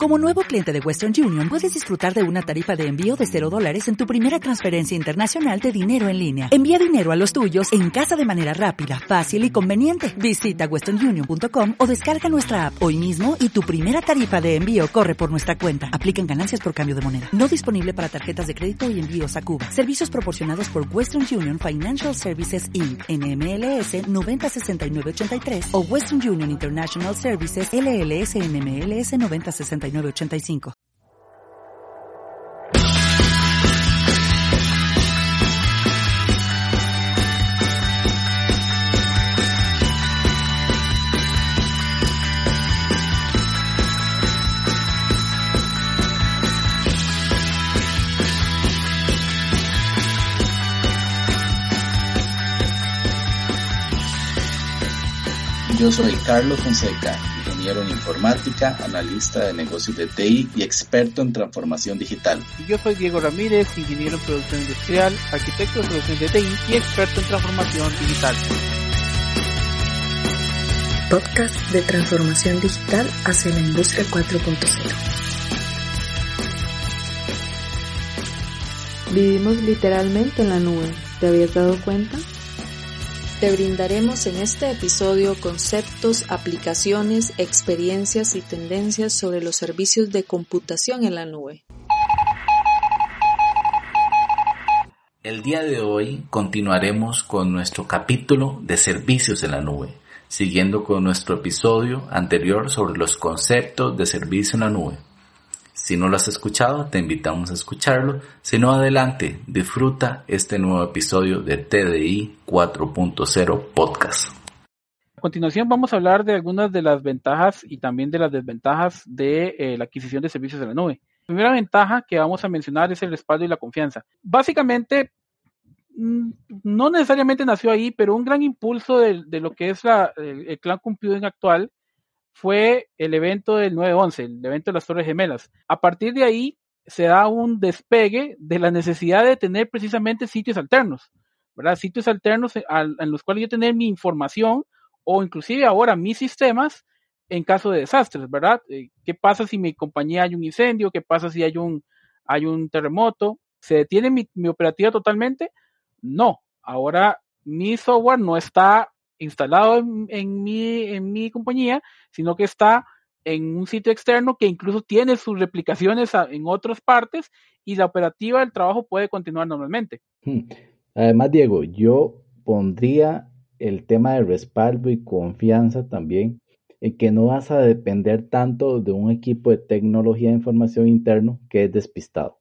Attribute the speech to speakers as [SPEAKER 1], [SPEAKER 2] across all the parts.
[SPEAKER 1] Como nuevo cliente de Western Union, puedes disfrutar de una tarifa de envío de $0 en tu primera transferencia internacional de dinero en línea. Envía dinero a los tuyos en casa de manera rápida, fácil y conveniente. Visita westernunion.com o descarga nuestra app hoy mismo y tu primera tarifa de envío corre por nuestra cuenta. Aplican ganancias por cambio de moneda. No disponible para tarjetas de crédito y envíos a Cuba. Servicios proporcionados por Western Union Financial Services Inc. NMLS 906983 o Western Union International Services LLS NMLS 906985.
[SPEAKER 2] Yo soy Carlos Fonseca, ingeniero en informática, analista de negocios de TI y experto en transformación digital.
[SPEAKER 3] Y yo soy Diego Ramírez, ingeniero en producción industrial, arquitecto de soluciones de TI y experto en transformación digital.
[SPEAKER 4] Podcast de transformación digital hacia la industria 4.0. Vivimos literalmente en la nube. ¿Te habías dado cuenta? Te brindaremos en este episodio conceptos, aplicaciones, experiencias y tendencias sobre los servicios de computación en la nube.
[SPEAKER 2] El día de hoy continuaremos con nuestro capítulo de servicios en la nube, siguiendo con nuestro episodio anterior sobre los conceptos de servicio en la nube. Si no lo has escuchado, te invitamos a escucharlo. Si no, adelante, disfruta este nuevo episodio de TDI 4.0 Podcast.
[SPEAKER 3] A continuación vamos a hablar de algunas de las ventajas y también de las desventajas de la adquisición de servicios en la nube. La primera ventaja que vamos a mencionar es el respaldo y la confianza. Básicamente, no necesariamente nació ahí, pero un gran impulso de lo que es el cloud computing actual fue el evento del 9/11, el evento de las Torres Gemelas. A partir de ahí se da un despegue de la necesidad de tener precisamente sitios alternos, ¿verdad? Sitios alternos en los cuales yo tener mi información o inclusive ahora mis sistemas en caso de desastres, ¿verdad? ¿Qué pasa si mi compañía hay un incendio? ¿Qué pasa si hay un terremoto? ¿Se detiene mi operativa totalmente? No. Ahora mi software no está instalado en mi compañía, sino que está en un sitio externo que incluso tiene sus replicaciones en otras partes y la operativa del trabajo puede continuar normalmente.
[SPEAKER 5] Además, Diego, yo pondría el tema de respaldo y confianza también, en que no vas a depender tanto de un equipo de tecnología de información interno que es despistado.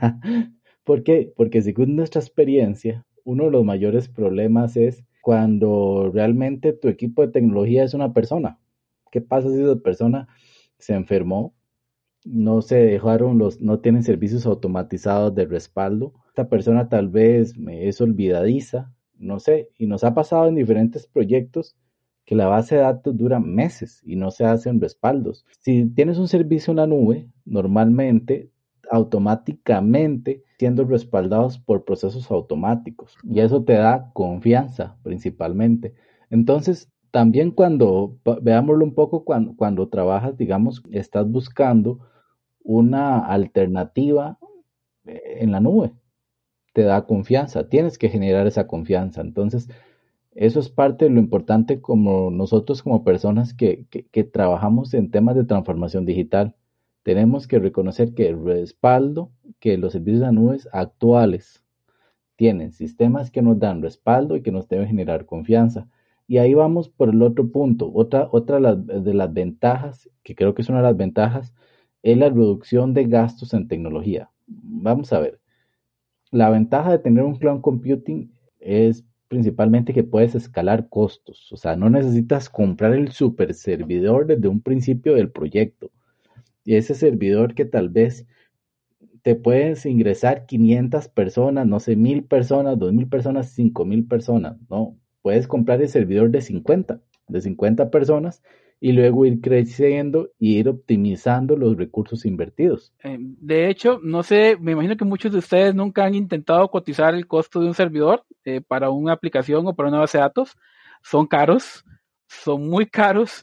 [SPEAKER 5] ¿Por qué? Porque según nuestra experiencia, uno de los mayores problemas es cuando realmente tu equipo de tecnología es una persona. ¿Qué pasa si esa persona se enfermó? No tienen servicios automatizados de respaldo. Esta persona tal vez es olvidadiza, no sé, y nos ha pasado en diferentes proyectos que la base de datos dura meses y no se hacen respaldos. Si tienes un servicio en la nube, normalmente automáticamente siendo respaldados por procesos automáticos y eso te da confianza principalmente. Entonces también veámoslo un poco cuando trabajas, digamos, estás buscando una alternativa en la nube, te da confianza, tienes que generar esa confianza. Entonces eso es parte de lo importante como nosotros como personas que trabajamos en temas de transformación digital. Tenemos que reconocer que el respaldo, que los servicios de nubes actuales tienen sistemas que nos dan respaldo y que nos deben generar confianza. Y ahí vamos por el otro punto. Otra de las ventajas, que creo que es una de las ventajas, es la reducción de gastos en tecnología. Vamos a ver. La ventaja de tener un cloud computing es principalmente que puedes escalar costos. O sea, no necesitas comprar el super servidor desde un principio del proyecto. Y ese servidor que tal vez te puedes ingresar 500 personas, no sé, 1,000 personas, 2,000 personas, 5,000 personas, ¿no? Puedes comprar el servidor de 50 personas y luego ir creciendo y ir optimizando los recursos invertidos.
[SPEAKER 3] De hecho, no sé, me imagino que muchos de ustedes nunca han intentado cotizar el costo de un servidor para una aplicación o para una base de datos. Son caros, son muy caros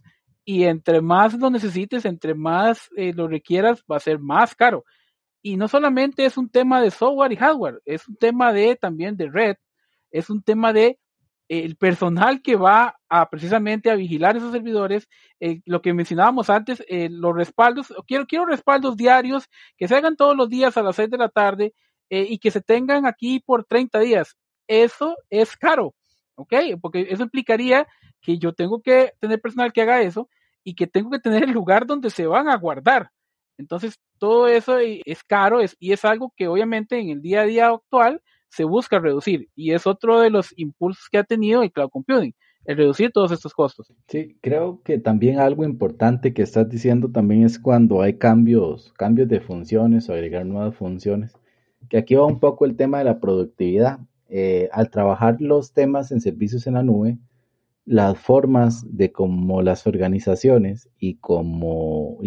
[SPEAKER 3] y entre más lo necesites, entre más lo requieras, va a ser más caro. Y no solamente es un tema de software y hardware, es un tema también de red, es un tema de el personal que va a precisamente a vigilar esos servidores, lo que mencionábamos antes, los respaldos, quiero respaldos diarios que se hagan todos los días a las 6 de la tarde y que se tengan aquí por 30 días. Eso es caro, ¿ok? Porque eso implicaría que yo tengo que tener personal que haga eso y que tengo que tener el lugar donde se van a guardar. Entonces, todo eso es caro y es algo que obviamente en el día a día actual se busca reducir, y es otro de los impulsos que ha tenido el cloud computing, el reducir todos estos costos.
[SPEAKER 5] Sí, creo que también algo importante que estás diciendo también es cuando hay cambios de funciones o agregar nuevas funciones, que aquí va un poco el tema de la productividad. Al trabajar los temas en servicios en la nube, las formas de cómo las organizaciones y cómo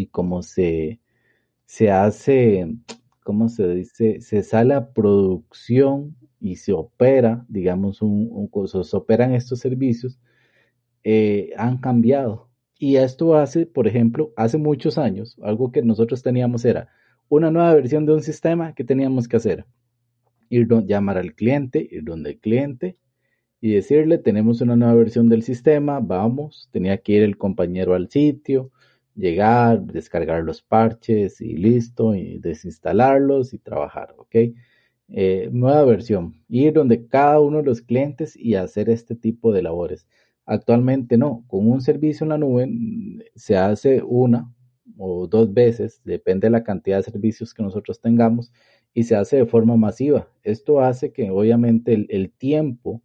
[SPEAKER 5] se hace, ¿cómo se dice? Se sale a producción y se opera, digamos, se operan estos servicios, han cambiado. Y esto hace, por ejemplo, hace muchos años, algo que nosotros teníamos era una nueva versión de un sistema que teníamos que hacer. Llamar al cliente, ir donde el cliente y decirle, tenemos una nueva versión del sistema, vamos, tenía que ir el compañero al sitio, llegar, descargar los parches y listo, y desinstalarlos y trabajar, ¿ok? Nueva versión, ir donde cada uno de los clientes y hacer este tipo de labores. Actualmente no, con un servicio en la nube se hace una o dos veces, depende de la cantidad de servicios que nosotros tengamos, y se hace de forma masiva. Esto hace que obviamente el tiempo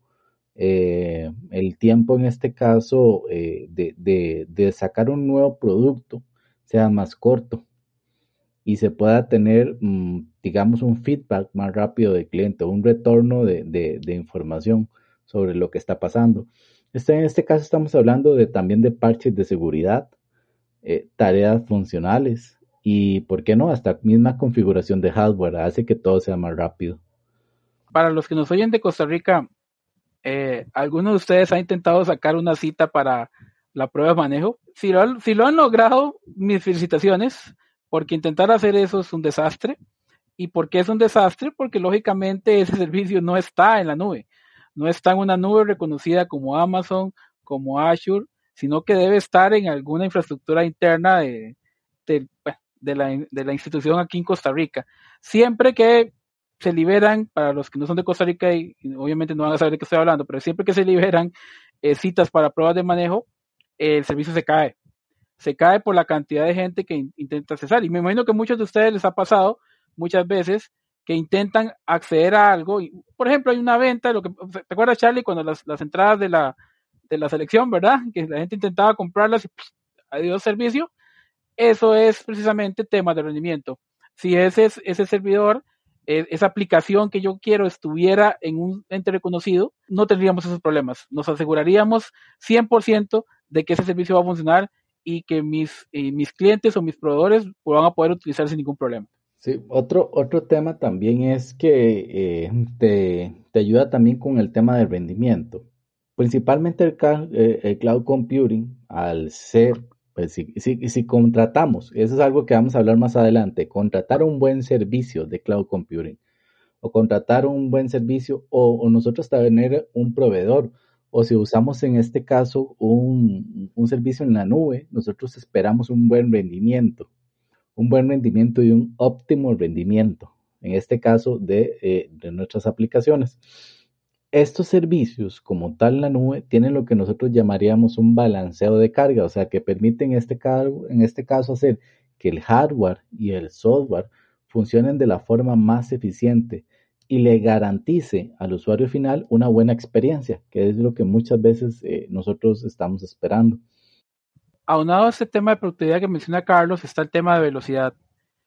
[SPEAKER 5] en este caso de sacar un nuevo producto sea más corto y se pueda tener, digamos, un feedback más rápido del cliente, un retorno de información sobre lo que está pasando. En este caso estamos hablando también de parches de seguridad, tareas funcionales y, ¿por qué no?, hasta misma configuración de hardware hace que todo sea más rápido.
[SPEAKER 3] Para los que nos oyen de Costa Rica, ¿alguno de ustedes ha intentado sacar una cita para la prueba de manejo? Si lo han logrado, mis felicitaciones, porque intentar hacer eso es un desastre. ¿Y por qué es un desastre? Porque lógicamente ese servicio no está en la nube, no está en una nube reconocida como Amazon, como Azure, sino que debe estar en alguna infraestructura interna de la institución aquí en Costa Rica. Siempre que se liberan, para los que no son de Costa Rica y obviamente no van a saber de qué estoy hablando, pero siempre que se liberan citas para pruebas de manejo, el servicio se cae por la cantidad de gente que intenta accesar. Y me imagino que a muchos de ustedes les ha pasado muchas veces que intentan acceder a algo. Y, por ejemplo, hay una venta, ¿te acuerdas, Charlie, cuando las entradas de la selección, ¿verdad? Que la gente intentaba comprarlas y adiós servicio. Eso es precisamente tema de rendimiento. Si ese servidor, esa aplicación que yo quiero estuviera en un ente reconocido, no tendríamos esos problemas. Nos aseguraríamos 100% de que ese servicio va a funcionar y que mis clientes o mis proveedores van a poder utilizar sin ningún problema.
[SPEAKER 5] Sí, otro tema también es que te ayuda también con el tema del rendimiento. Principalmente el cloud computing, al ser, pues si contratamos, eso es algo que vamos a hablar más adelante, contratar un buen servicio de cloud computing o contratar un buen servicio o nosotros tener un proveedor, o si usamos en este caso un servicio en la nube, nosotros esperamos un buen rendimiento y un óptimo rendimiento, en este caso de nuestras aplicaciones. Estos servicios, como tal, la nube, tienen lo que nosotros llamaríamos un balanceo de carga, o sea, que permiten en este caso hacer que el hardware y el software funcionen de la forma más eficiente y le garantice al usuario final una buena experiencia, que es lo que muchas veces nosotros estamos esperando.
[SPEAKER 3] Aunado a este tema de productividad que menciona Carlos, está el tema de velocidad.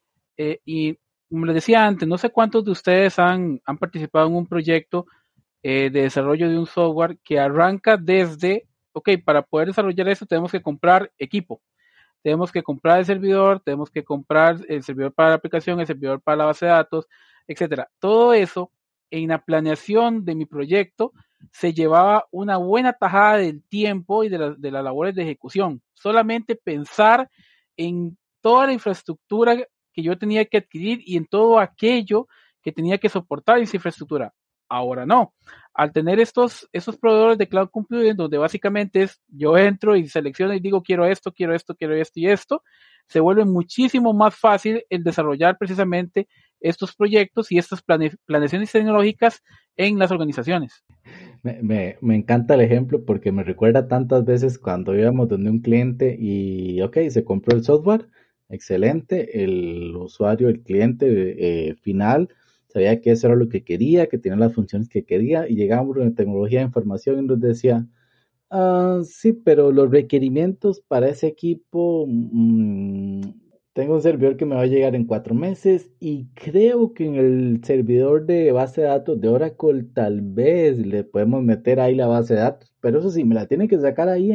[SPEAKER 3] Y como les decía antes, no sé cuántos de ustedes han participado en un proyecto de desarrollo de un software que arranca desde, para poder desarrollar esto tenemos que comprar equipo, tenemos que comprar el servidor, tenemos que comprar el servidor para la aplicación, el servidor para la base de datos, etcétera. Todo eso en la planeación de mi proyecto se llevaba una buena tajada del tiempo y de las labores de ejecución. Solamente pensar en toda la infraestructura que yo tenía que adquirir y en todo aquello que tenía que soportar esa infraestructura. Ahora no. Al tener estos proveedores de cloud computing, donde básicamente es yo entro y selecciono y digo quiero esto y esto, se vuelve muchísimo más fácil el desarrollar precisamente estos proyectos y estas planeaciones tecnológicas en las organizaciones.
[SPEAKER 5] Me encanta el ejemplo porque me recuerda tantas veces cuando íbamos donde un cliente y, ok, se compró el software, excelente, el usuario, el cliente final, sabía que eso era lo que quería, que tenía las funciones que quería, y llegábamos a una tecnología de información y nos decía, sí, pero los requerimientos para ese equipo, tengo un servidor que me va a llegar en 4 meses y creo que en el servidor de base de datos de Oracle tal vez le podemos meter ahí la base de datos, pero eso sí, me la tienen que sacar ahí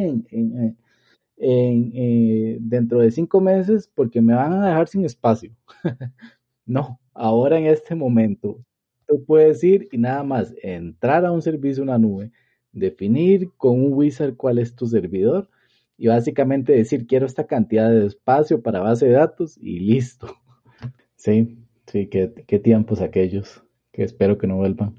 [SPEAKER 5] dentro de 5 meses porque me van a dejar sin espacio. No, ahora en este momento, tú puedes ir y nada más entrar a un servicio, una nube, definir con un wizard cuál es tu servidor y básicamente decir quiero esta cantidad de espacio para base de datos y listo. Sí, sí, qué tiempos aquellos, que espero que no vuelvan.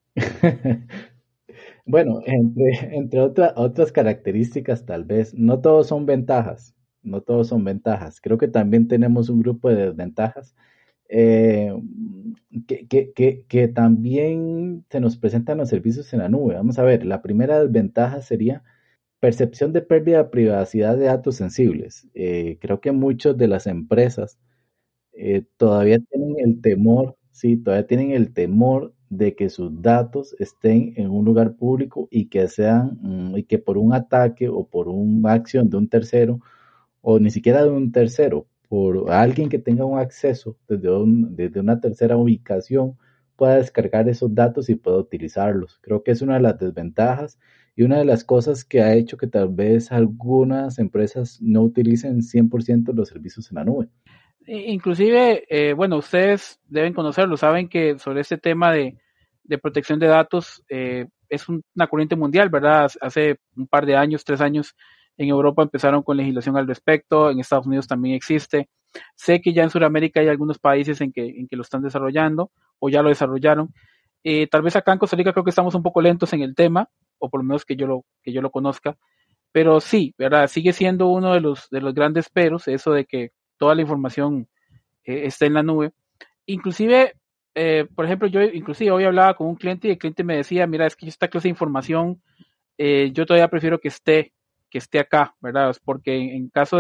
[SPEAKER 5] Bueno, entre otras características tal vez, no todos son ventajas, no todos son ventajas. Creo que también tenemos un grupo de desventajas eh, que también se nos presentan los servicios en la nube. Vamos a ver, la primera desventaja sería percepción de pérdida de privacidad de datos sensibles. Creo que muchas de las empresas todavía tienen el temor, sí, todavía tienen el temor de que sus datos estén en un lugar público y que y que por un ataque o por una acción de un tercero, o ni siquiera de un tercero, por alguien que tenga un acceso desde una tercera ubicación, pueda descargar esos datos y pueda utilizarlos. Creo que es una de las desventajas y una de las cosas que ha hecho que tal vez algunas empresas no utilicen 100% los servicios en la nube.
[SPEAKER 3] Inclusive, bueno, ustedes deben conocerlo, saben que sobre este tema de protección de datos es una corriente mundial, ¿verdad? Hace un par de años, 3 años, en Europa empezaron con legislación al respecto, en Estados Unidos también existe. Sé que ya en Sudamérica hay algunos países en que lo están desarrollando o ya lo desarrollaron. Tal vez acá en Costa Rica creo que estamos un poco lentos en el tema, o por lo menos que yo lo conozca, pero sí, ¿verdad? Sigue siendo uno de los grandes peros, eso de que toda la información está en la nube. Inclusive, por ejemplo, yo inclusive hoy hablaba con un cliente y el cliente me decía, mira, es que esta clase de información yo todavía prefiero que esté acá, ¿verdad? Porque en caso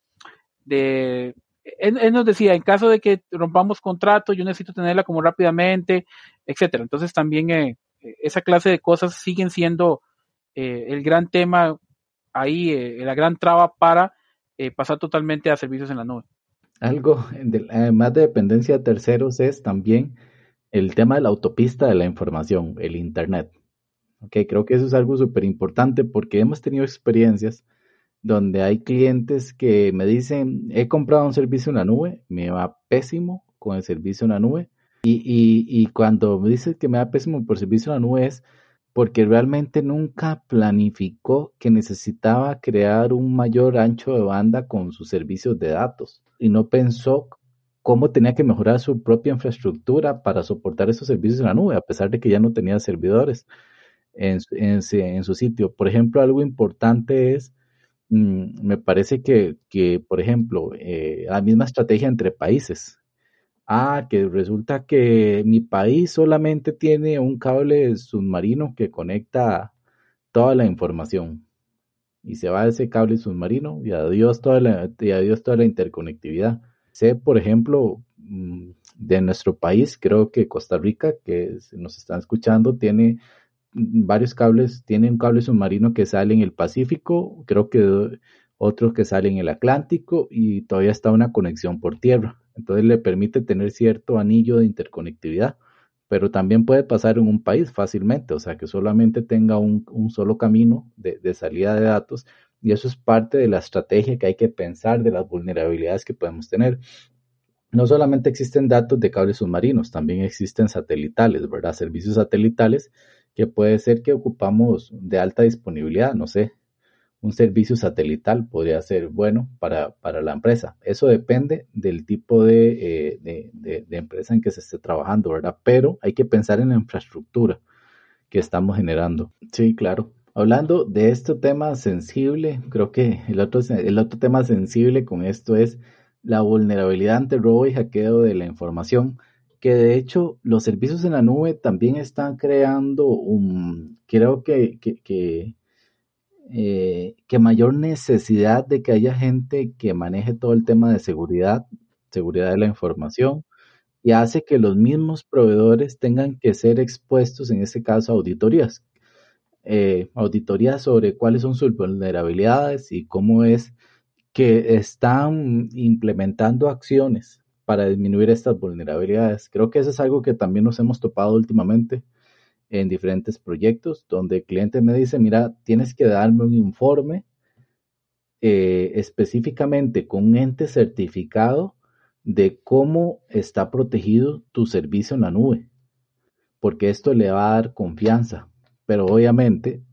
[SPEAKER 3] él nos decía, en caso de que rompamos contrato, yo necesito tenerla como rápidamente, etcétera. Entonces también esa clase de cosas siguen siendo el gran tema ahí, la gran traba para pasar totalmente a servicios en la nube.
[SPEAKER 5] Algo, además de dependencia de terceros, es también el tema de la autopista de la información, el Internet. Okay, creo que eso es algo súper importante porque hemos tenido experiencias donde hay clientes que me dicen, he comprado un servicio en la nube, me va pésimo con el servicio en la nube. Y cuando me dicen que me va pésimo por servicio en la nube es porque realmente nunca planificó que necesitaba crear un mayor ancho de banda con sus servicios de datos y no pensó cómo tenía que mejorar su propia infraestructura para soportar esos servicios en la nube, a pesar de que ya no tenía servidores en su sitio. Por ejemplo, algo importante es, me parece que por ejemplo, la misma estrategia entre países. Que resulta que mi país solamente tiene un cable submarino que conecta toda la información y se va ese cable submarino y adiós toda la interconectividad. Sé, por ejemplo, de nuestro país, creo que Costa Rica, que nos están escuchando, tiene varios cables, tiene un cable submarino que sale en el Pacífico, creo que otro que sale en el Atlántico y todavía está una conexión por tierra. Entonces le permite tener cierto anillo de interconectividad, pero también puede pasar en un país fácilmente, o sea que solamente tenga un solo camino de salida de datos y eso es parte de la estrategia que hay que pensar de las vulnerabilidades que podemos tener. no solamente existen datos de cables submarinos, también existen satelitales, ¿verdad? Servicios satelitales que puede ser que ocupamos de alta disponibilidad, no sé, un servicio satelital podría ser bueno para la empresa. Eso depende del tipo de empresa en que se esté trabajando, ¿verdad? Pero hay que pensar en la infraestructura que estamos generando. Sí, claro. Hablando de este tema sensible, creo que el otro tema sensible con esto es la vulnerabilidad ante robo y hackeo de la información, que de hecho los servicios en la nube también están creando creo que mayor necesidad de que haya gente que maneje todo el tema de seguridad de la información, y hace que los mismos proveedores tengan que ser expuestos, en este caso, a auditorías sobre cuáles son sus vulnerabilidades y cómo es que están implementando acciones para disminuir estas vulnerabilidades. Creo que eso es algo que también nos hemos topado últimamente en diferentes proyectos, donde el cliente me dice, mira, tienes que darme un informe específicamente con un ente certificado de cómo está protegido tu servicio en la nube, porque esto le va a dar confianza. Pero obviamente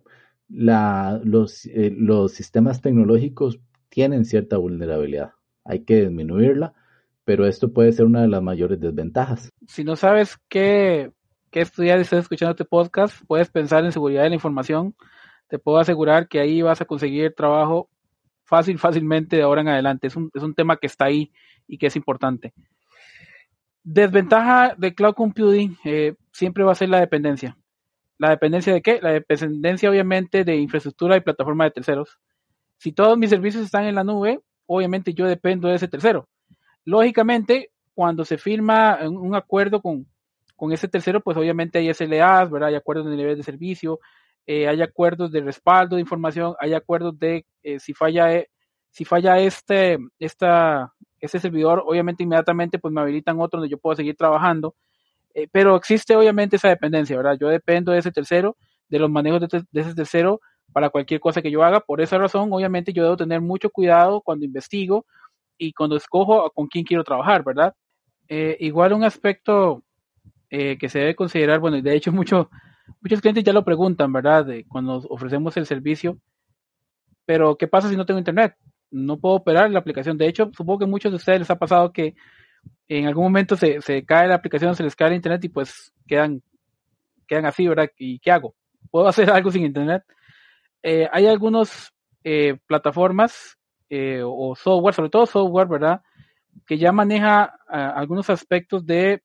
[SPEAKER 5] los sistemas tecnológicos tienen cierta vulnerabilidad, hay que disminuirla, pero esto puede ser una de las mayores desventajas.
[SPEAKER 3] Si no sabes qué estudiar y estás escuchando este podcast, puedes pensar en seguridad de la información. Te puedo asegurar que ahí vas a conseguir trabajo fácilmente de ahora en adelante. Es un tema que está ahí y que es importante. Desventaja de cloud computing siempre va a ser la dependencia. ¿La dependencia de qué? La dependencia obviamente de infraestructura y plataforma de terceros. Si todos mis servicios están en la nube, obviamente yo dependo de ese tercero. Lógicamente, cuando se firma un acuerdo con ese tercero, pues obviamente hay SLAs, ¿verdad? Hay acuerdos de nivel de servicio, hay acuerdos de respaldo de información, hay acuerdos de si falla este servidor, obviamente inmediatamente pues me habilitan otro donde yo puedo seguir trabajando, pero existe obviamente esa dependencia, ¿verdad? Yo dependo de ese tercero, de los manejos de ese tercero para cualquier cosa que yo haga. Por esa razón, obviamente yo debo tener mucho cuidado cuando investigo y cuando escojo con quién quiero trabajar, ¿verdad? Igual un aspecto que se debe considerar, bueno, y de hecho muchos clientes ya lo preguntan, ¿verdad? Cuando ofrecemos el servicio, pero ¿qué pasa si no tengo internet? No puedo operar la aplicación. De hecho, supongo que a muchos de ustedes les ha pasado que en algún momento se cae la aplicación, se les cae el internet y pues quedan así, ¿verdad? ¿Y qué hago? ¿Puedo hacer algo sin internet? Hay algunas plataformas o software, sobre todo software, ¿verdad? Que ya maneja algunos aspectos de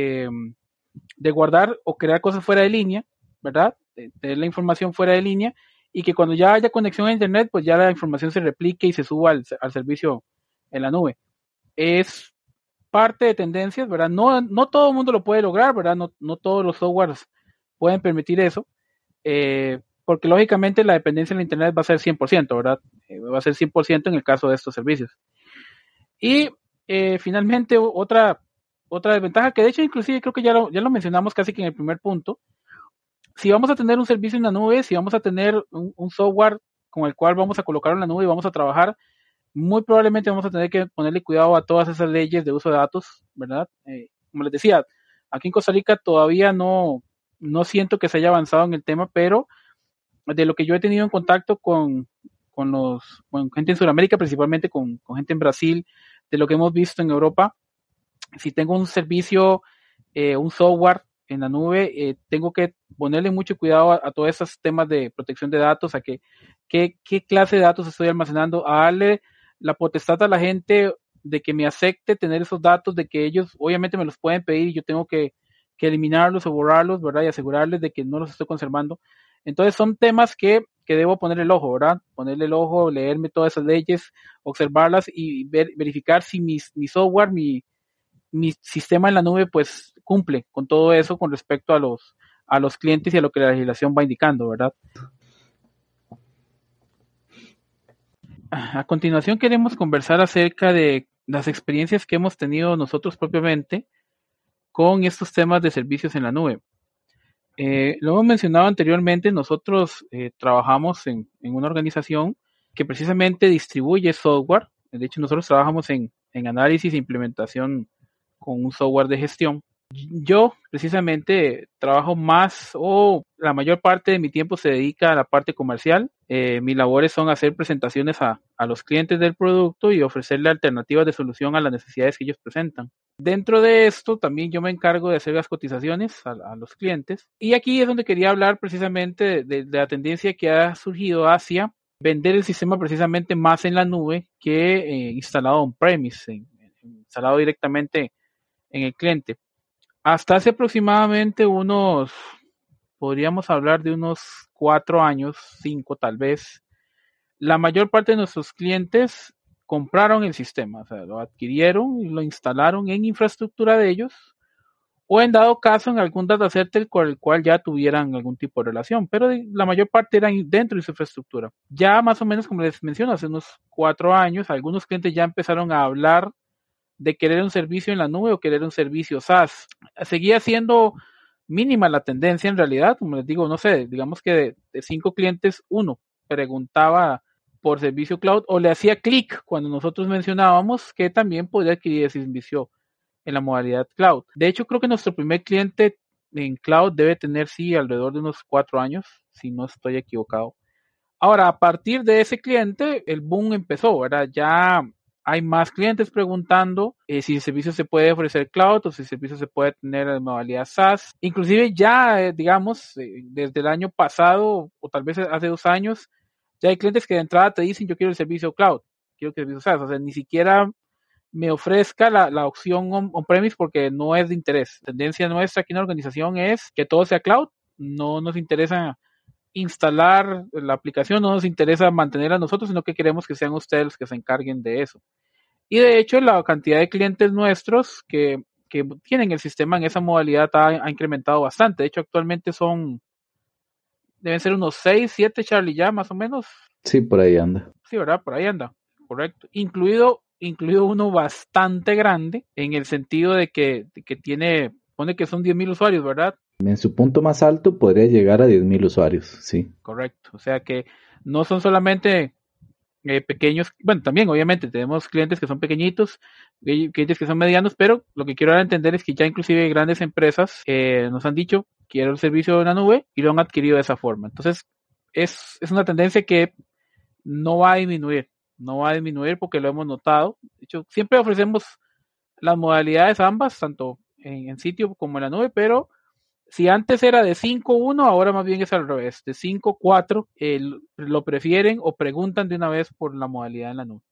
[SPEAKER 3] guardar o crear cosas fuera de línea, ¿verdad? De tener la información fuera de línea y que cuando ya haya conexión a internet, pues ya la información se replique y se suba al servicio en la nube. Es parte de tendencias, ¿verdad? No todo el mundo lo puede lograr, ¿verdad? No todos los softwares pueden permitir eso, porque lógicamente la dependencia en la internet va a ser 100%, ¿verdad? Va a ser 100% en el caso de estos servicios. Y finalmente otra desventaja, que de hecho inclusive creo que ya lo mencionamos casi que en el primer punto. Si vamos a tener un servicio en la nube, si vamos a tener un software con el cual vamos a colocarlo en la nube y vamos a trabajar, muy probablemente vamos a tener que ponerle cuidado a todas esas leyes de uso de datos, ¿verdad? Como les decía, aquí en Costa Rica todavía no siento que se haya avanzado en el tema, pero de lo que yo he tenido en contacto con gente en Sudamérica, principalmente con gente en Brasil, de lo que hemos visto en Europa, si tengo un servicio, un software en la nube, tengo que ponerle mucho cuidado a todos esos temas de protección de datos, a qué clase de datos estoy almacenando, a darle la potestad a la gente de que me acepte tener esos datos, de que ellos obviamente me los pueden pedir y yo tengo que eliminarlos o borrarlos, ¿verdad? Y asegurarles de que no los estoy conservando. Entonces son temas que debo poner el ojo, ¿verdad? Ponerle el ojo, leerme todas esas leyes, observarlas y verificar si mi software, mi sistema en la nube, pues cumple con todo eso con respecto a los clientes y a lo que la legislación va indicando, ¿verdad? A continuación queremos conversar acerca de las experiencias que hemos tenido nosotros propiamente con estos temas de servicios en la nube. Lo hemos mencionado anteriormente, nosotros trabajamos en una organización que precisamente distribuye software. De hecho, nosotros trabajamos en análisis e implementación con un software de gestión. Yo precisamente trabajo más o la mayor parte de mi tiempo se dedica a la parte comercial. Mis labores son hacer presentaciones a los clientes del producto y ofrecerle alternativas de solución a las necesidades que ellos presentan. Dentro de esto también yo me encargo de hacer las cotizaciones a los clientes. Y aquí es donde quería hablar precisamente de la tendencia que ha surgido hacia vender el sistema precisamente más en la nube que instalado on-premise, instalado directamente en el cliente. Hasta hace aproximadamente podríamos hablar de unos 4 años, 5 tal vez, la mayor parte de nuestros clientes compraron el sistema, o sea, lo adquirieron y lo instalaron en infraestructura de ellos, o en dado caso en algún data center con el cual ya tuvieran algún tipo de relación, pero la mayor parte era dentro de su infraestructura. Ya más o menos, como les menciono, hace unos 4 años, algunos clientes ya empezaron a hablar de querer un servicio en la nube o querer un servicio SaaS. Seguía siendo mínima la tendencia en realidad, como les digo, no sé, digamos que de 5 clientes, 1 preguntaba por servicio cloud o le hacía clic cuando nosotros mencionábamos que también podía adquirir ese servicio en la modalidad cloud. De hecho, creo que nuestro primer cliente en cloud debe tener, sí, alrededor de unos 4 años, si no estoy equivocado. Ahora, a partir de ese cliente, el boom empezó, ¿verdad? Ya hay más clientes preguntando si el servicio se puede ofrecer cloud o si el servicio se puede tener en modalidad SaaS. Inclusive ya, digamos, desde el año pasado o tal vez hace 2 años, ya hay clientes que de entrada te dicen yo quiero el servicio cloud, quiero que el servicio SaaS. O sea, ni siquiera me ofrezca la opción on-premise porque no es de interés. La tendencia nuestra aquí en la organización es que todo sea cloud. No nos interesa instalar la aplicación, no nos interesa mantenerla a nosotros, sino que queremos que sean ustedes los que se encarguen de eso. Y de hecho, la cantidad de clientes nuestros que tienen el sistema en esa modalidad ha incrementado bastante. De hecho, actualmente deben ser unos 6, 7, Charlie, ya más o menos.
[SPEAKER 5] Sí, por ahí anda.
[SPEAKER 3] Sí, ¿verdad? Por ahí anda, correcto. Incluido uno bastante grande, en el sentido de que pone que son 10,000 usuarios, ¿verdad?
[SPEAKER 5] En su punto más alto podría llegar a 10,000 usuarios, sí.
[SPEAKER 3] Correcto, o sea que no son solamente pequeños, bueno, también obviamente tenemos clientes que son pequeñitos, clientes que son medianos, pero lo que quiero dar a entender es que ya inclusive grandes empresas nos han dicho, quiero el servicio de la nube y lo han adquirido de esa forma. Entonces, es una tendencia que no va a disminuir porque lo hemos notado. De hecho, siempre ofrecemos las modalidades ambas, tanto en sitio como en la nube, pero si antes era de 5-1, ahora más bien es al revés. De 5-4 lo prefieren o preguntan de una vez por la modalidad en la nube.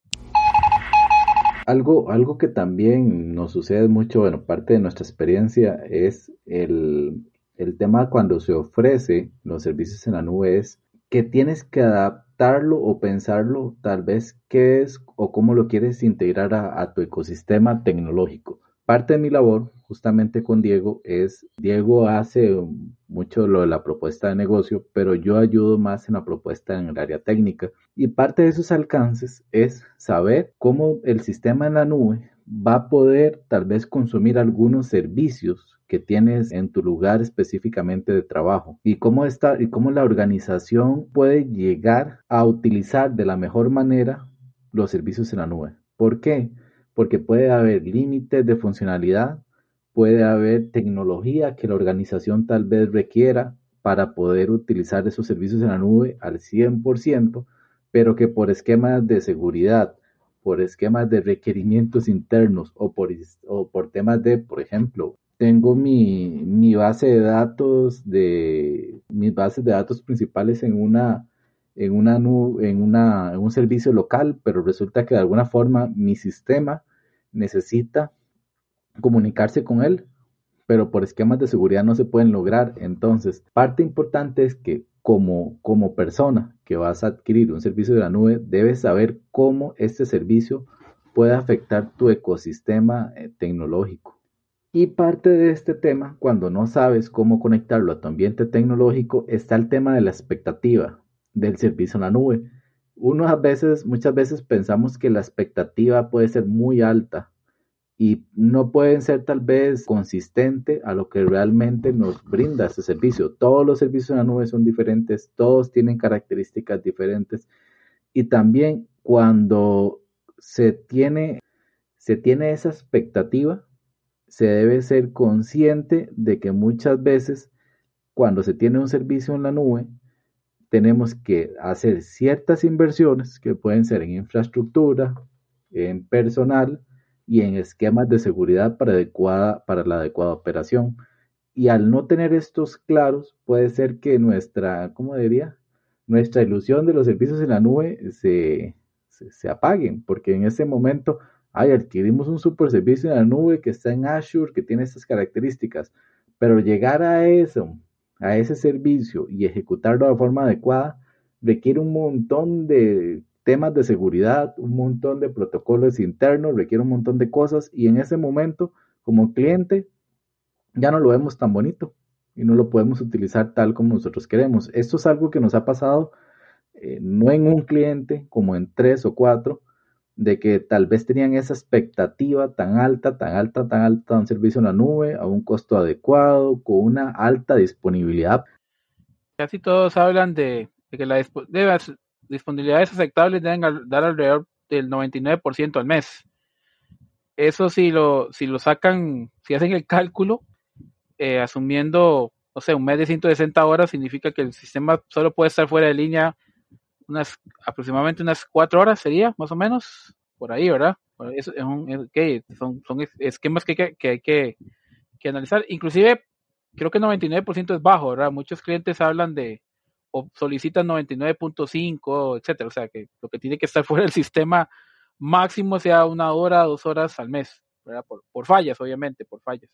[SPEAKER 5] Algo que también nos sucede mucho, bueno, parte de nuestra experiencia es el tema cuando se ofrece los servicios en la nube es que tienes que adaptarlo o pensarlo tal vez qué es o cómo lo quieres integrar a tu ecosistema tecnológico. Parte de mi labor, justamente con Diego hace mucho lo de la propuesta de negocio, pero yo ayudo más en la propuesta en el área técnica. Y parte de sus alcances es saber cómo el sistema en la nube va a poder tal vez consumir algunos servicios que tienes en tu lugar específicamente de trabajo y cómo la organización puede llegar a utilizar de la mejor manera los servicios en la nube. ¿Por qué? Porque puede haber límites de funcionalidad, puede haber tecnología que la organización tal vez requiera para poder utilizar esos servicios en la nube al 100%, pero que por esquemas de seguridad, por esquemas de requerimientos internos o por temas de, por ejemplo, tengo mi base de datos mis bases de datos principales en un servicio local, pero resulta que de alguna forma mi sistema necesita comunicarse con él, pero por esquemas de seguridad no se pueden lograr. Entonces, parte importante es que como persona que vas a adquirir un servicio de la nube, debes saber cómo este servicio puede afectar tu ecosistema tecnológico. Y parte de este tema, cuando no sabes cómo conectarlo a tu ambiente tecnológico, está el tema de la expectativa del servicio en la nube. Muchas veces pensamos que la expectativa puede ser muy alta y no pueden ser tal vez consistente a lo que realmente nos brinda este servicio. Todos los servicios en la nube son diferentes, todos tienen características diferentes y también cuando se tiene esa expectativa, se debe ser consciente de que muchas veces cuando se tiene un servicio en la nube, tenemos que hacer ciertas inversiones que pueden ser en infraestructura, en personal y en esquemas de seguridad para la adecuada operación. Y al no tener estos claros, puede ser que ¿cómo diría? Nuestra ilusión de los servicios en la nube se apaguen, porque en ese momento, adquirimos un super servicio en la nube que está en Azure, que tiene estas características, pero llegar a ese servicio y ejecutarlo de forma adecuada requiere un montón de temas de seguridad, un montón de protocolos internos, requiere un montón de cosas, y en ese momento, como cliente, ya no lo vemos tan bonito y no lo podemos utilizar tal como nosotros queremos. Esto es algo que nos ha pasado, no en un cliente, como en 3 o 4, de que tal vez tenían esa expectativa tan alta, de un servicio en la nube, a un costo adecuado, con una alta disponibilidad.
[SPEAKER 3] Casi todos hablan de que las disponibilidades aceptables deben dar alrededor del 99% al mes. Eso si lo sacan, si hacen el cálculo, asumiendo, no sé, un mes de 160 horas, significa que el sistema solo puede estar fuera de línea aproximadamente unas 4 horas, sería, más o menos, por ahí, ¿verdad? Eso son esquemas que hay que analizar. Inclusive, creo que 99% es bajo, ¿verdad? Muchos clientes hablan o solicitan 99.5, etcétera. O sea, que lo que tiene que estar fuera del sistema máximo sea 1 hora, 2 horas al mes, ¿verdad? Por fallas, obviamente, por fallas.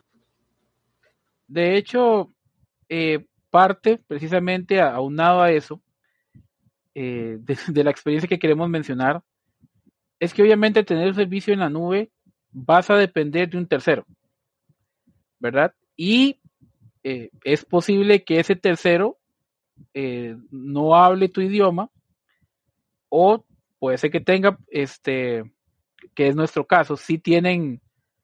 [SPEAKER 3] De hecho, parte precisamente aunado a eso, de la experiencia que queremos mencionar, es que obviamente tener un servicio en la nube vas a depender de un tercero, ¿verdad? Y es posible que ese tercero no hable tu idioma, o puede ser que tenga, que es nuestro caso, sí tienen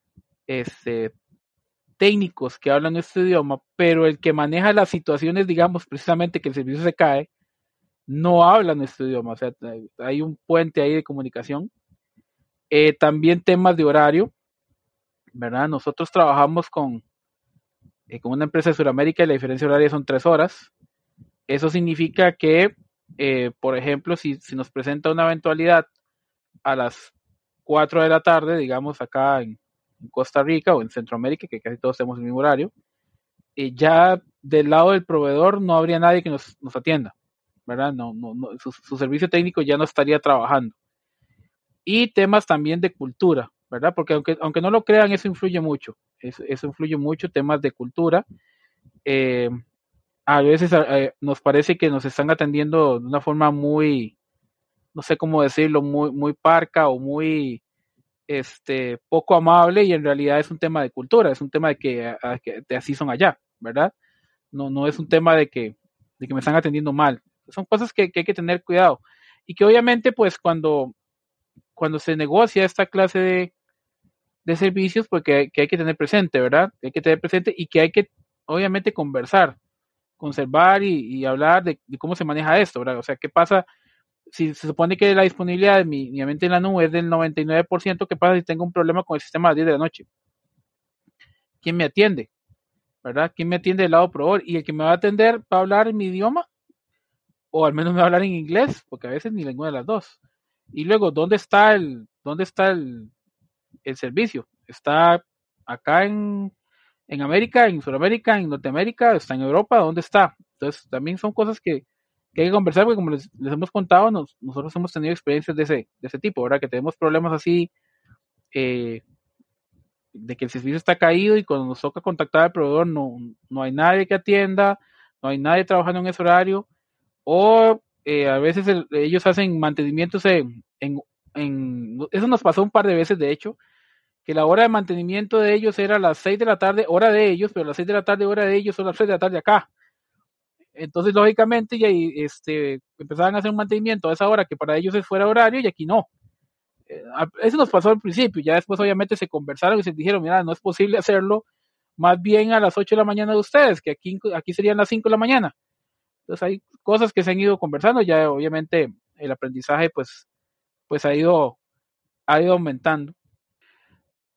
[SPEAKER 3] técnicos que hablan nuestro idioma, pero el que maneja las situaciones, digamos, precisamente que el servicio se cae, no habla nuestro idioma. O sea, hay un puente ahí de comunicación. También temas de horario, ¿verdad? Nosotros trabajamos con una empresa de Sudamérica y la diferencia horaria son 3 horas. Eso significa que, por ejemplo, si nos presenta una eventualidad a las 4 de la tarde, digamos acá en Costa Rica o en Centroamérica, que casi todos tenemos el mismo horario, ya del lado del proveedor no habría nadie que nos atienda, ¿verdad? No, su servicio técnico ya no estaría trabajando. Y temas también de cultura, ¿verdad? Porque aunque no lo crean, eso influye mucho. Eso influye mucho, temas de cultura. A veces nos parece que nos están atendiendo de una forma muy, no sé cómo decirlo, muy parca o muy poco amable, y en realidad es un tema de cultura, es un tema de que así son allá, ¿verdad? No es un tema de que me están atendiendo mal. Son cosas que hay que tener cuidado, y que obviamente pues cuando se negocia esta clase de servicios, pues que hay que tener presente, ¿verdad? Que hay que tener presente y que hay que obviamente conservar y hablar de cómo se maneja esto, ¿verdad? O sea, ¿qué pasa si se supone que la disponibilidad de mi ambiente en la nube es del 99%? ¿Qué pasa si tengo un problema con el sistema a las 10 de la noche? ¿Quién me atiende? ¿Verdad? ¿Quién me atiende del lado proveedor? Y el que me va a atender va a hablar en mi idioma, o al menos me va a hablar en inglés, porque a veces ni ninguna de las dos. Y luego, ¿dónde está el servicio? ¿Está acá en América, en Sudamérica, en Norteamérica? ¿Está en Europa? ¿Dónde está? Entonces, también son cosas que hay que conversar, porque como les hemos contado, nosotros hemos tenido experiencias de ese tipo, ¿verdad? Que tenemos problemas así, de que el servicio está caído, y cuando nos toca contactar al proveedor no hay nadie que atienda, no hay nadie trabajando en ese horario, o a veces ellos hacen mantenimientos eso nos pasó un par de veces, de hecho, que la hora de mantenimiento de ellos era a las 6 de la tarde, hora de ellos, pero a las 6 de la tarde, hora de ellos, son las 6 de la tarde acá. Entonces, lógicamente, ya empezaban a hacer un mantenimiento a esa hora que para ellos es fuera de horario, y aquí no. Eso nos pasó al principio. Ya después obviamente se conversaron y se dijeron, mira, no es posible hacerlo más bien a las 8 de la mañana de ustedes, que aquí serían las 5 de la mañana. Entonces hay cosas que se han ido conversando. Ya obviamente el aprendizaje pues ha ido aumentando.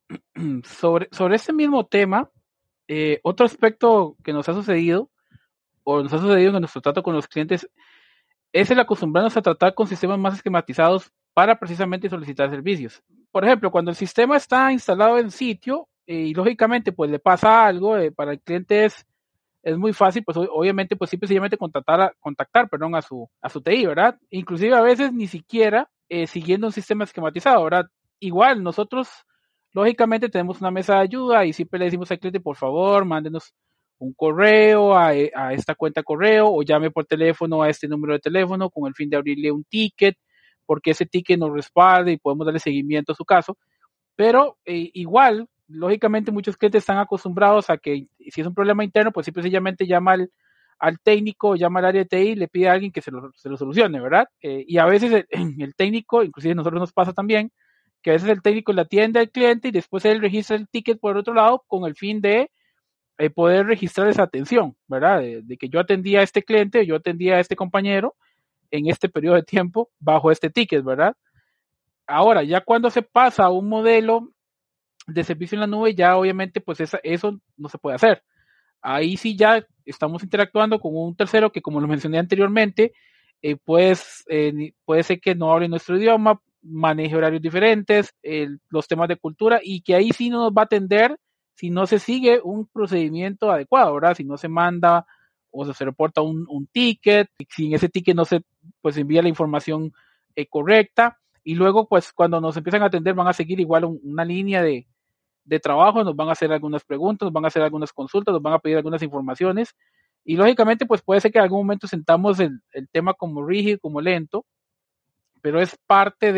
[SPEAKER 3] Sobre este mismo tema, otro aspecto que nos ha sucedido, o nos ha sucedido en nuestro trato con los clientes, es el acostumbrarnos a tratar con sistemas más esquematizados para precisamente solicitar servicios. Por ejemplo, cuando el sistema está instalado en sitio y lógicamente pues le pasa algo, para el cliente es muy fácil, pues obviamente pues simplemente contactar a su TI, ¿verdad? Inclusive a veces ni siquiera siguiendo un sistema esquematizado, ¿verdad? Igual nosotros lógicamente tenemos una mesa de ayuda y siempre le decimos al cliente, por favor, mándenos un correo a esta cuenta de correo o llame por teléfono a este número de teléfono con el fin de abrirle un ticket, porque ese ticket nos respalde y podemos darle seguimiento a su caso. Pero igual, lógicamente muchos clientes están acostumbrados a que si es un problema interno, pues simplemente llama al técnico, llama al área de TI y le pide a alguien que se lo solucione, ¿verdad? Y a veces el técnico, inclusive a nosotros nos pasa también, que a veces el técnico le atiende al cliente y después él registra el ticket por otro lado con el fin de poder registrar esa atención, ¿verdad? De que yo atendía a este cliente, yo atendía a este compañero en este periodo de tiempo bajo este ticket, ¿verdad? Ahora, ya cuando se pasa a un modelo de servicio en la nube, ya obviamente pues eso no se puede hacer. Ahí sí ya estamos interactuando con un tercero que, como lo mencioné anteriormente, pues puede ser que no hable nuestro idioma, maneje horarios diferentes, los temas de cultura, y que ahí sí no nos va a atender si no se sigue un procedimiento adecuado, ¿verdad? Si no se manda o se reporta un ticket, si en ese ticket no se pues envía la información correcta, y luego pues cuando nos empiezan a atender van a seguir igual una línea de trabajo, nos van a hacer algunas preguntas, nos van a hacer algunas consultas, nos van a pedir algunas informaciones, y lógicamente pues puede ser que en algún momento sentamos el tema como rígido, como lento, pero es parte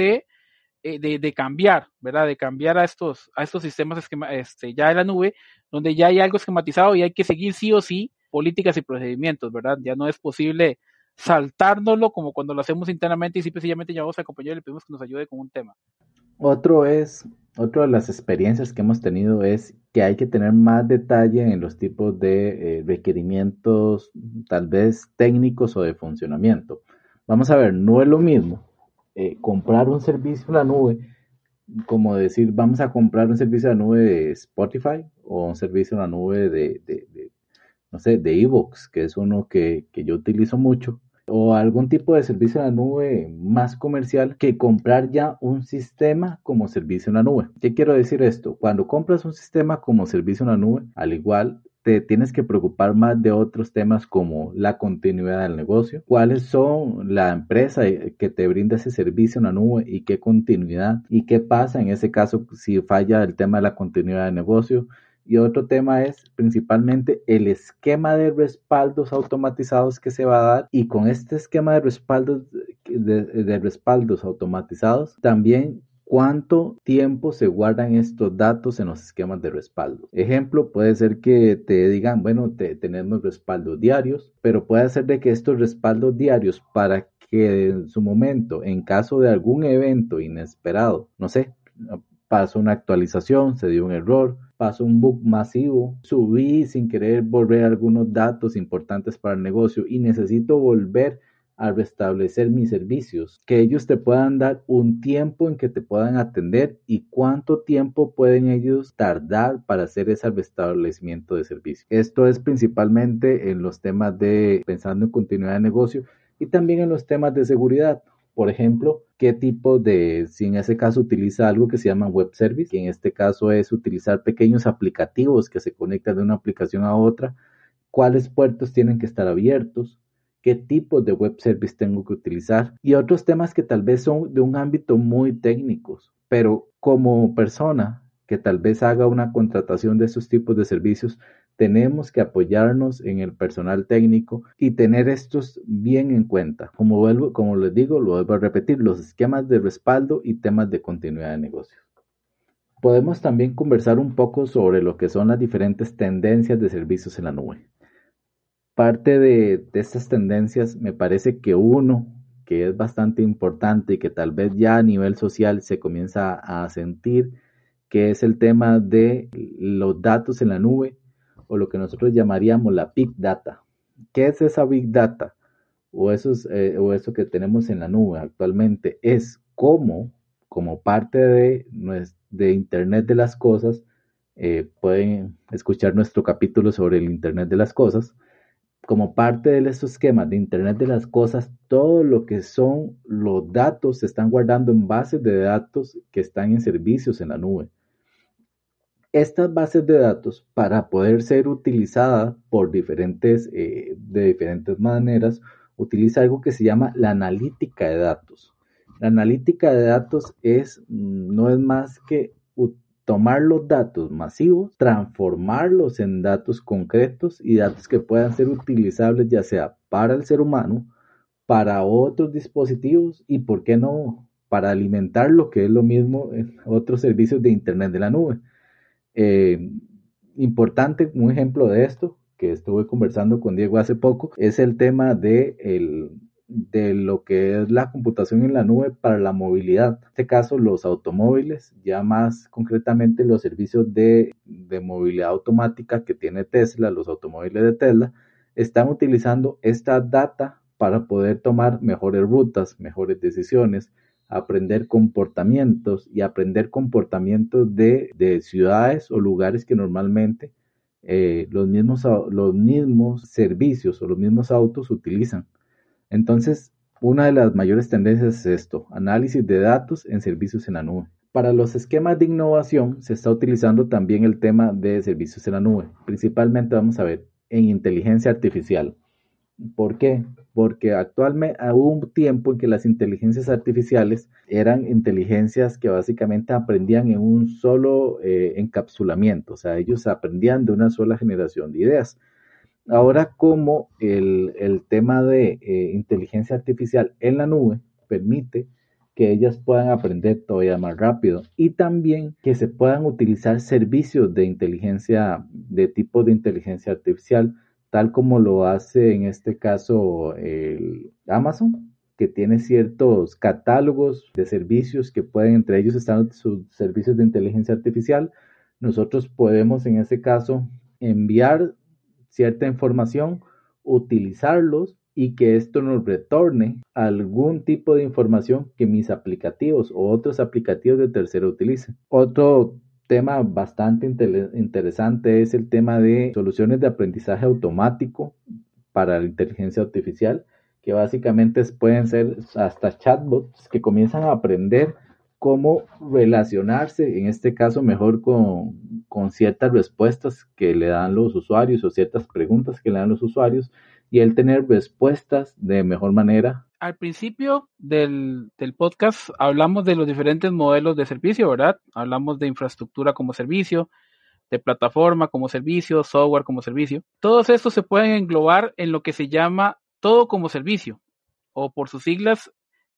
[SPEAKER 3] de cambiar, ¿verdad? De cambiar a estos sistemas ya de la nube, donde ya hay algo esquematizado y hay que seguir sí o sí políticas y procedimientos, ¿verdad? Ya no es posible saltárnoslo como cuando lo hacemos internamente y simplemente llamamos al compañero y le pedimos que nos ayude con un tema.
[SPEAKER 5] Otra de las experiencias que hemos tenido es que hay que tener más detalle en los tipos de requerimientos, tal vez técnicos o de funcionamiento. Vamos a ver, no es lo mismo comprar un servicio en la nube, como decir, vamos a comprar un servicio en la nube de Spotify o un servicio en la nube no sé, de iVoox, que es uno que yo utilizo mucho, o algún tipo de servicio en la nube más comercial, que comprar ya un sistema como servicio en la nube. ¿Qué quiero decir esto? Cuando compras un sistema como servicio en la nube, al igual te tienes que preocupar más de otros temas como la continuidad del negocio, cuáles son la empresa que te brinda ese servicio en la nube y qué continuidad, y qué pasa en ese caso si falla el tema de la continuidad del negocio. Y otro tema es principalmente el esquema de respaldos automatizados que se va a dar, y con este esquema de respaldos automatizados también cuánto tiempo se guardan estos datos en los esquemas de respaldo. Ejemplo, puede ser que te digan, bueno, tenemos respaldos diarios, pero puede ser de que estos respaldos diarios, para que en su momento, en caso de algún evento inesperado, no sé, pasó una actualización, se dio un error, pasó un bug masivo, subí sin querer volver algunos datos importantes para el negocio y necesito volver a restablecer mis servicios, que ellos te puedan dar un tiempo en que te puedan atender y cuánto tiempo pueden ellos tardar para hacer ese restablecimiento de servicio. Esto es principalmente en los temas de pensando en continuidad de negocio y también en los temas de seguridad. Por ejemplo, qué tipo si en ese caso utiliza algo que se llama web service, que en este caso es utilizar pequeños aplicativos que se conectan de una aplicación a otra, cuáles puertos tienen que estar abiertos, qué tipos de web service tengo que utilizar, y otros temas que tal vez son de un ámbito muy técnicos, pero como persona que tal vez haga una contratación de esos tipos de servicios, tenemos que apoyarnos en el personal técnico y tener estos bien en cuenta. Como les digo, lo vuelvo a repetir, los esquemas de respaldo y temas de continuidad de negocio. Podemos también conversar un poco sobre lo que son las diferentes tendencias de servicios en la nube. Parte de estas tendencias me parece que uno que es bastante importante y que tal vez ya a nivel social se comienza a sentir, que es el tema de los datos en la nube, o lo que nosotros llamaríamos la Big Data. ¿Qué es esa Big Data? O eso que tenemos en la nube actualmente, es cómo, como parte de de Internet de las Cosas, pueden escuchar nuestro capítulo sobre el Internet de las Cosas. Como parte de estos esquemas de Internet de las Cosas, todo lo que son los datos se están guardando en bases de datos que están en servicios en la nube. Estas bases de datos, para poder ser utilizadas por de diferentes maneras, utiliza algo que se llama la analítica de datos. La analítica de datos no es más que tomar los datos masivos, transformarlos en datos concretos y datos que puedan ser utilizables ya sea para el ser humano, para otros dispositivos y, ¿por qué no?, para alimentar lo que es lo mismo en otros servicios de Internet de la nube. Importante, un ejemplo de esto que estuve conversando con Diego hace poco, es el tema de lo que es la computación en la nube para la movilidad. En este caso, los automóviles, ya más concretamente los servicios de movilidad automática que tiene Tesla, los automóviles de Tesla, están utilizando esta data para poder tomar mejores rutas, mejores decisiones, aprender comportamientos de ciudades o lugares que normalmente los mismos servicios o los mismos autos utilizan. Entonces, una de las mayores tendencias es esto: análisis de datos en servicios en la nube. Para los esquemas de innovación se está utilizando también el tema de servicios en la nube. Principalmente vamos a ver en inteligencia artificial. ¿Por qué? Porque actualmente hubo un tiempo en que las inteligencias artificiales eran inteligencias que básicamente aprendían en un solo encapsulamiento, o sea, ellos aprendían de una sola generación de ideas. Ahora, como el tema de inteligencia artificial en la nube permite que ellas puedan aprender todavía más rápido y también que se puedan utilizar servicios de tipo de inteligencia artificial, tal como lo hace en este caso el Amazon, que tiene ciertos catálogos de servicios que pueden, entre ellos están sus servicios de inteligencia artificial. Nosotros podemos en ese caso enviar cierta información, utilizarlos y que esto nos retorne algún tipo de información que mis aplicativos o otros aplicativos de tercero utilicen. Otro tema bastante interesante es el tema de soluciones de aprendizaje automático para la inteligencia artificial, que básicamente pueden ser hasta chatbots que comienzan a aprender cómo relacionarse, en este caso mejor con ciertas respuestas que le dan los usuarios o ciertas preguntas que le dan los usuarios, y el tener respuestas de mejor manera.
[SPEAKER 3] Al principio del podcast hablamos de los diferentes modelos de servicio, ¿verdad? Hablamos de infraestructura como servicio, de plataforma como servicio, software como servicio. Todos estos se pueden englobar en lo que se llama todo como servicio, o por sus siglas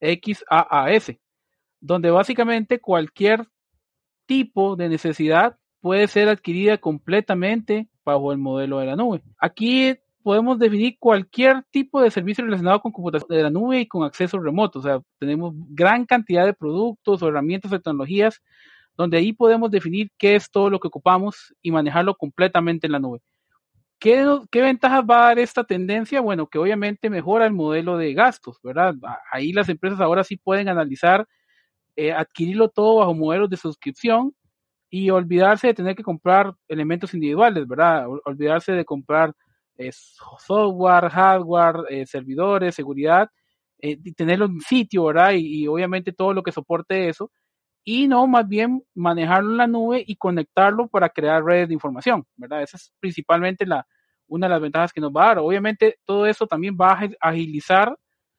[SPEAKER 3] XaaS, donde básicamente cualquier tipo de necesidad puede ser adquirida completamente bajo el modelo de la nube. Aquí podemos definir cualquier tipo de servicio relacionado con computación de la nube y con acceso remoto. O sea, tenemos gran cantidad de productos o herramientas o tecnologías donde ahí podemos definir qué es todo lo que ocupamos y manejarlo completamente en la nube. ¿Qué ventajas va a dar esta tendencia? Bueno, que obviamente mejora el modelo de gastos, ¿verdad? Ahí las empresas ahora sí pueden analizar, adquirirlo todo bajo modelos de suscripción y olvidarse de tener que comprar elementos individuales, ¿verdad? Olvidarse de comprar software, hardware, servidores, seguridad, y tenerlo en sitio, ¿verdad? Y obviamente todo lo que soporte eso, y no más bien manejarlo en la nube y conectarlo para crear redes de información, ¿verdad? Esa es principalmente una de las ventajas que nos va a dar. Obviamente todo eso también va a agilizar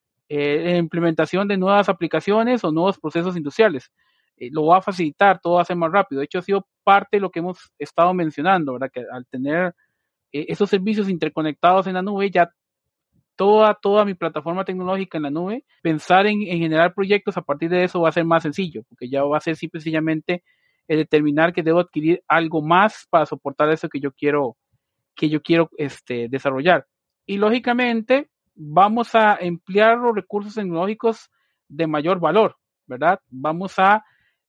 [SPEAKER 3] la implementación de nuevas aplicaciones o nuevos procesos industriales. Lo va a facilitar, todo va a ser más rápido. De hecho, ha sido parte de lo que hemos estado mencionando, ¿verdad? Que al tener esos servicios interconectados en la nube, ya toda mi plataforma tecnológica en la nube, pensar en generar proyectos a partir de eso va a ser más sencillo, porque ya va a ser simple y sencillamente determinar que debo adquirir algo más para soportar eso que yo quiero desarrollar. Y lógicamente vamos a emplear los recursos tecnológicos de mayor valor, ¿verdad? Vamos a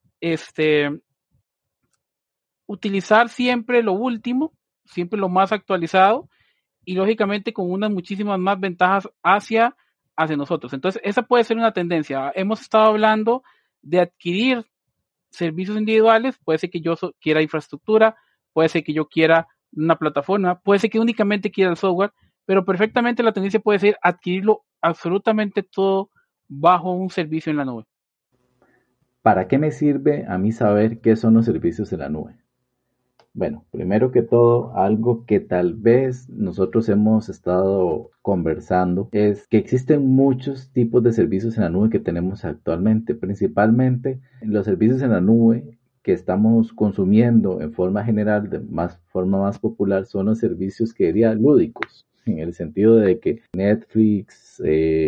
[SPEAKER 3] utilizar siempre lo último, siempre lo más actualizado, y lógicamente con unas muchísimas más ventajas hacia nosotros. Entonces, esa puede ser una tendencia. Hemos estado hablando de adquirir servicios individuales, puede ser que yo quiera infraestructura, puede ser que yo quiera una plataforma, puede ser que únicamente quiera el software, pero perfectamente la tendencia puede ser adquirirlo absolutamente todo bajo un servicio en la nube.
[SPEAKER 5] ¿Para qué me sirve a mí saber qué son los servicios en la nube? Bueno, primero que todo, algo que tal vez nosotros hemos estado conversando es que existen muchos tipos de servicios en la nube que tenemos actualmente, principalmente los servicios en la nube que estamos consumiendo en forma general, forma más popular, son los servicios que diría lúdicos, en el sentido de que Netflix,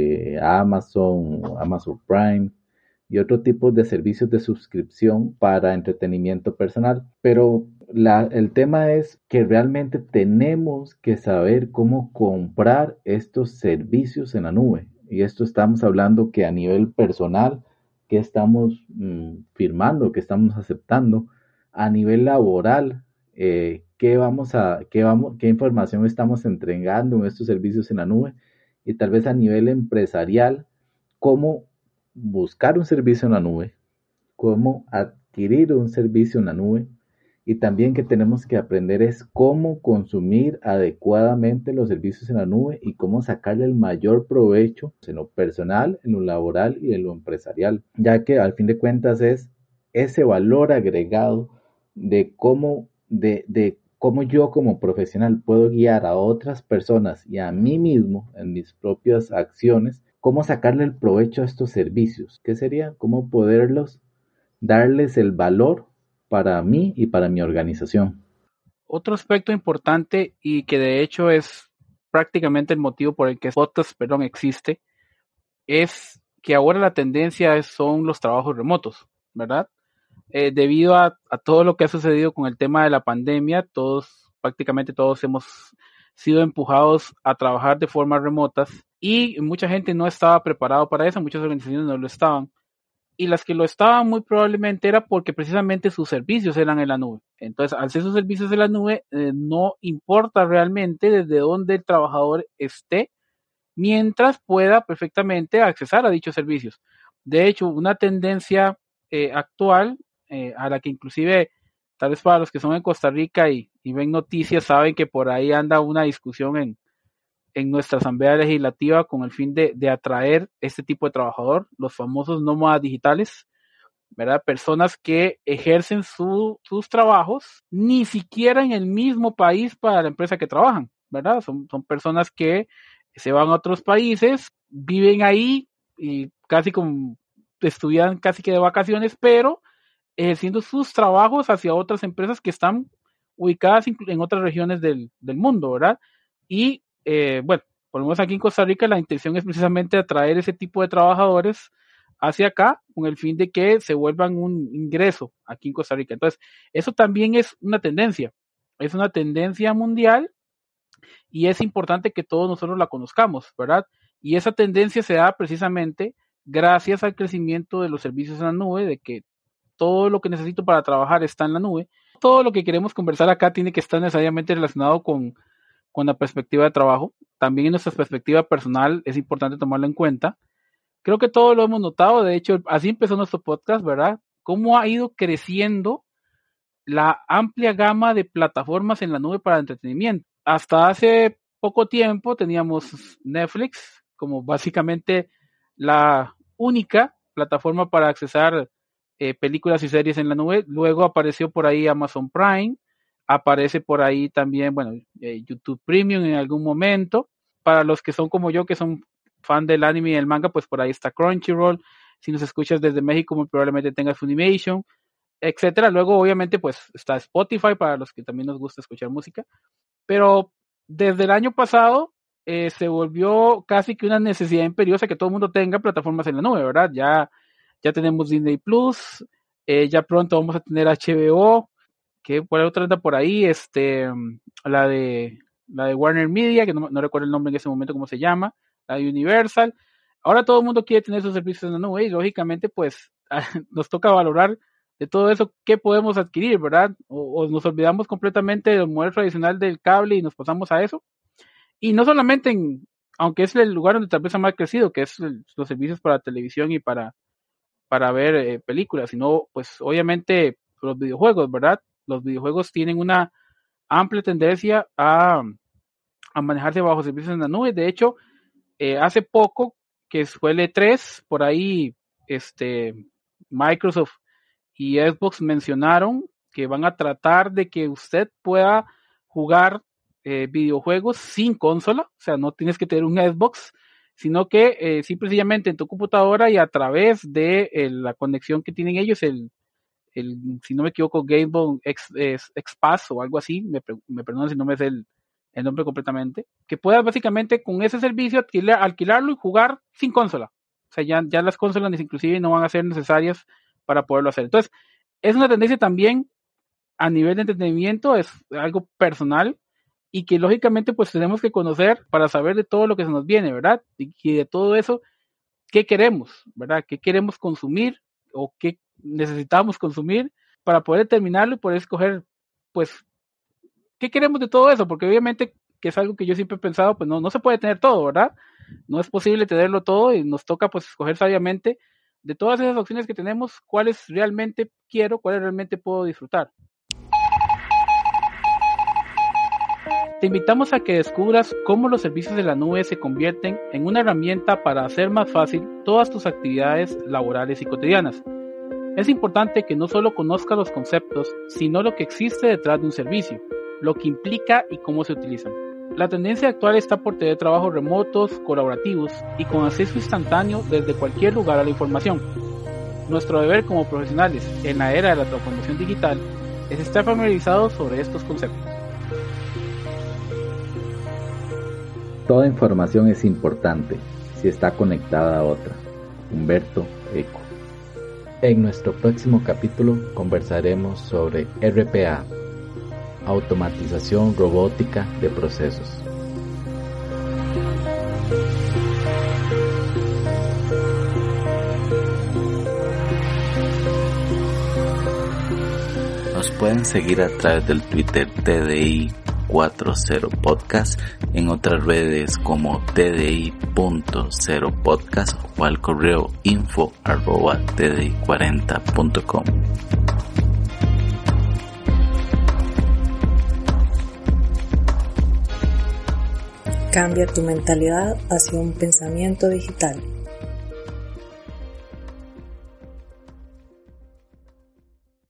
[SPEAKER 5] Amazon Prime y otro tipo de servicios de suscripción para entretenimiento personal. Pero el tema es que realmente tenemos que saber cómo comprar estos servicios en la nube. Y esto estamos hablando que a nivel personal, que estamos firmando, que estamos aceptando, a nivel laboral, qué información estamos entregando en estos servicios en la nube, y tal vez a nivel empresarial, cómo buscar un servicio en la nube, cómo adquirir un servicio en la nube, y también que tenemos que aprender es cómo consumir adecuadamente los servicios en la nube y cómo sacarle el mayor provecho en lo personal, en lo laboral y en lo empresarial, ya que al fin de cuentas es ese valor agregado de cómo yo como profesional puedo guiar a otras personas y a mí mismo en mis propias acciones, cómo sacarle el provecho a estos servicios, que sería cómo poderlos darles el valor para mí y para mi organización.
[SPEAKER 3] Otro aspecto importante y que de hecho es prácticamente el motivo por el que Podcast, existe, es que ahora la tendencia son los trabajos remotos, ¿verdad? Debido a todo lo que ha sucedido con el tema de la pandemia, prácticamente todos hemos sido empujados a trabajar de formas remotas y mucha gente no estaba preparado para eso, muchas organizaciones no lo estaban. Y las que lo estaban muy probablemente era porque precisamente sus servicios eran en la nube. Entonces, al ser sus servicios en la nube, no importa realmente desde dónde el trabajador esté, mientras pueda perfectamente accesar a dichos servicios. De hecho, una tendencia actual, a la que inclusive, tal vez para los que son en Costa Rica y ven noticias, saben que por ahí anda una discusión en nuestra Asamblea Legislativa con el fin de atraer este tipo de trabajador, los famosos nómadas digitales, ¿verdad? Personas que ejercen sus trabajos ni siquiera en el mismo país para la empresa que trabajan, ¿verdad? Son personas que se van a otros países, viven ahí y estudian casi que de vacaciones, pero ejerciendo sus trabajos hacia otras empresas que están ubicadas en otras regiones del mundo, ¿verdad? Y bueno, por lo menos aquí en Costa Rica la intención es precisamente atraer ese tipo de trabajadores hacia acá con el fin de que se vuelvan un ingreso aquí en Costa Rica. Entonces, eso también es una tendencia mundial y es importante que todos nosotros la conozcamos, ¿verdad? Y esa tendencia se da precisamente gracias al crecimiento de los servicios en la nube, de que todo lo que necesito para trabajar está en la nube. Todo lo que queremos conversar acá tiene que estar necesariamente relacionado con la perspectiva de trabajo. También en nuestra perspectiva personal es importante tomarlo en cuenta. Creo que todos lo hemos notado, de hecho, así empezó nuestro podcast, ¿verdad? Cómo ha ido creciendo la amplia gama de plataformas en la nube para entretenimiento. Hasta hace poco tiempo teníamos Netflix como básicamente la única plataforma para accesar películas y series en la nube. Luego apareció por ahí Amazon Prime, aparece por ahí también, YouTube Premium en algún momento. Para los que son como yo, que son fan del anime y del manga, pues por ahí está Crunchyroll. Si nos escuchas desde México, muy probablemente tengas Funimation, etcétera. Luego, obviamente, pues está Spotify para los que también nos gusta escuchar música. Pero desde el año pasado se volvió casi que una necesidad imperiosa que todo el mundo tenga plataformas en la nube, ¿verdad? Ya tenemos Disney Plus, ya pronto vamos a tener HBO, que por otra anda por ahí, la de Warner Media, que no recuerdo el nombre en ese momento cómo se llama, la de Universal. Ahora todo el mundo quiere tener sus servicios en la nube y lógicamente pues nos toca valorar de todo eso qué podemos adquirir, ¿verdad? O nos olvidamos completamente del modelo tradicional del cable y nos pasamos a eso. Y no solamente aunque es el lugar donde tal vez ha más crecido, que es los servicios para televisión y para para ver películas, sino pues obviamente los videojuegos, ¿verdad? Los videojuegos tienen una amplia tendencia a manejarse bajo servicios en la nube. De hecho, hace poco, que fue el E3, por ahí Microsoft y Xbox mencionaron que van a tratar de que usted pueda jugar videojuegos sin consola, o sea, no tienes que tener un Xbox, sino que simplemente en tu computadora y a través de la conexión que tienen ellos, si no me equivoco, Gameboy X-Pass o algo así, me perdonan si no me sé el nombre completamente, que puedas básicamente con ese servicio alquilarlo y jugar sin consola. O sea, ya las consolas inclusive no van a ser necesarias para poderlo hacer. Entonces, es una tendencia también a nivel de entretenimiento, es algo personal y que lógicamente pues tenemos que conocer para saber de todo lo que se nos viene, ¿verdad? Y de todo eso, ¿qué queremos, verdad? ¿Qué queremos consumir o qué necesitamos consumir para poder determinarlo y poder escoger, pues, ¿qué queremos de todo eso? Porque obviamente que es algo que yo siempre he pensado, pues no se puede tener todo, ¿verdad? No es posible tenerlo todo y nos toca pues escoger sabiamente de todas esas opciones que tenemos, cuáles realmente quiero, cuáles realmente puedo disfrutar. Te invitamos a que descubras cómo los servicios de la nube se convierten en una herramienta para hacer más fácil todas tus actividades laborales y cotidianas. Es importante que no solo conozcas los conceptos, sino lo que existe detrás de un servicio, lo que implica y cómo se utilizan. La tendencia actual está por tener trabajos remotos, colaborativos y con acceso instantáneo desde cualquier lugar a la información. Nuestro deber como profesionales en la era de la transformación digital es estar familiarizados sobre estos conceptos.
[SPEAKER 5] Toda información es importante si está conectada a otra. Humberto Eco. En nuestro próximo capítulo conversaremos sobre RPA, automatización robótica de procesos.
[SPEAKER 2] Nos pueden seguir a través del Twitter TDI40podcast, en otras redes como TDI.0podcast o al correo info@tdi40.com.
[SPEAKER 4] Cambia tu mentalidad hacia un pensamiento digital.